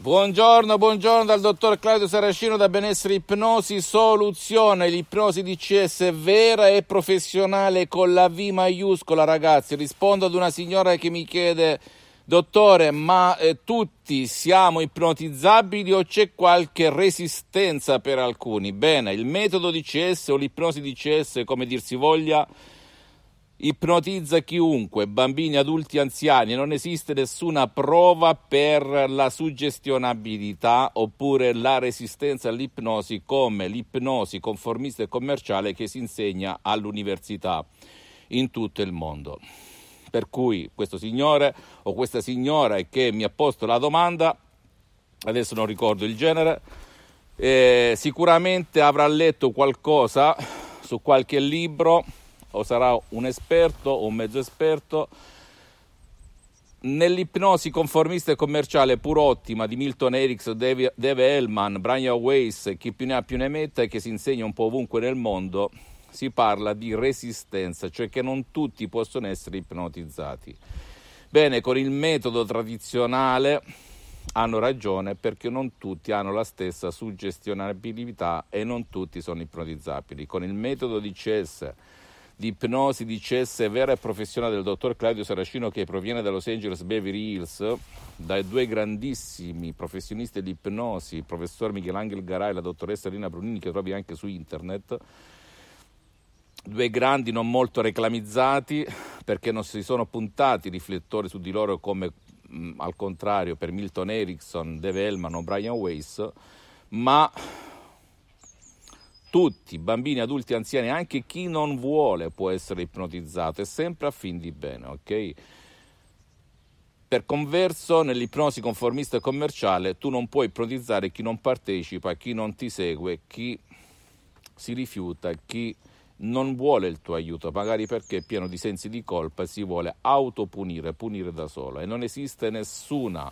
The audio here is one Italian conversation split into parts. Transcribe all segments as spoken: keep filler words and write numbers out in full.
Buongiorno, buongiorno dal dottor Claudio Saracino da Benessere Ipnosi Soluzione. L'ipnosi D C S vera e professionale con la V maiuscola, ragazzi. Rispondo ad una signora che mi chiede: dottore, ma eh, tutti siamo ipnotizzabili o c'è qualche resistenza per alcuni? Bene, il metodo D C S o l'ipnosi D C S, come dir si voglia, ipnotizza chiunque, bambini, adulti, anziani. Non esiste nessuna prova per la suggestionabilità oppure la resistenza all'ipnosi come l'ipnosi conformista e commerciale che si insegna all'università in tutto il mondo. Per cui questo signore o questa signora che mi ha posto la domanda, adesso non ricordo il genere, eh, sicuramente avrà letto qualcosa su qualche libro, o sarà un esperto o un mezzo esperto nell'ipnosi conformista e commerciale pur ottima di Milton Erickson, Dave, Dave Hellman, Brian Weiss, chi più ne ha più ne metta, e che si insegna un po' ovunque nel mondo. Si parla di resistenza, cioè che non tutti possono essere ipnotizzati. Bene, con il metodo tradizionale hanno ragione, perché non tutti hanno la stessa suggestionabilità e non tutti sono ipnotizzabili. Con il metodo D C S, di ipnosi D C S vera e professionale del dottor Claudio Saracino, che proviene da Los Angeles Beverly Hills, dai due grandissimi professionisti di ipnosi, il professor Michelangelo Garai e la dottoressa Rina Brunini, che trovi anche su internet, due grandi non molto reclamizzati perché non si sono puntati riflettori su di loro come mh, al contrario per Milton Erickson, Dave Hellman o Brian Weiss, ma tutti, bambini, adulti, anziani, anche chi non vuole può essere ipnotizzato, è sempre a fin di bene, ok? Per converso, nell'ipnosi conformista e commerciale tu non puoi ipnotizzare chi non partecipa, chi non ti segue, chi si rifiuta, chi non vuole il tuo aiuto, magari perché è pieno di sensi di colpa e si vuole autopunire, punire da solo, e non esiste nessuna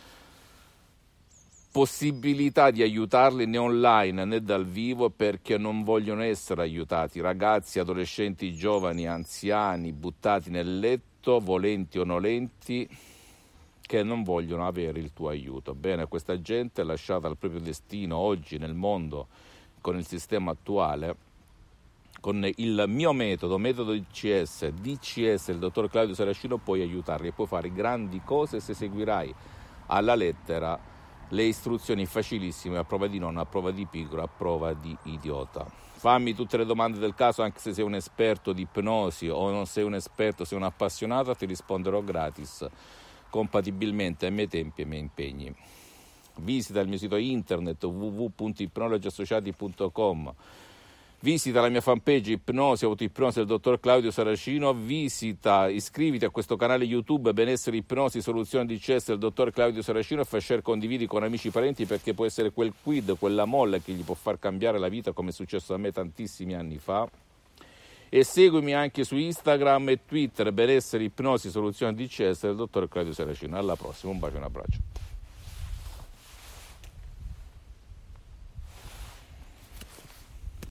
possibilità di aiutarli né online né dal vivo, perché non vogliono essere aiutati. Ragazzi, adolescenti, giovani, anziani, buttati nel letto, volenti o nolenti, che non vogliono avere il tuo aiuto. Bene, questa gente è lasciata al proprio destino oggi nel mondo con il sistema attuale. Con il mio metodo, metodo D C S, D C S, il dottor Claudio Saracino, puoi aiutarli e puoi fare grandi cose se seguirai alla lettera le istruzioni facilissime, a prova di nonno, a prova di pigro, a prova di idiota. Fammi tutte le domande del caso, anche se sei un esperto di ipnosi o non sei un esperto, sei un appassionato, ti risponderò gratis, compatibilmente ai miei tempi e ai miei impegni. Visita il mio sito internet w w w punto ipnologi associati punto com, visita la mia fanpage Ipnosi Autoipnosi del dottor Claudio Saracino, visita, iscriviti a questo canale YouTube Benessere Ipnosi Soluzione D C S del dottor Claudio Saracino e fai share, condividi con amici e parenti, perché può essere quel quid, quella molla che gli può far cambiare la vita, come è successo a me tantissimi anni fa. E seguimi anche su Instagram e Twitter Benessere Ipnosi Soluzione D C S del dottor Claudio Saracino. Alla prossima, un bacio e un abbraccio.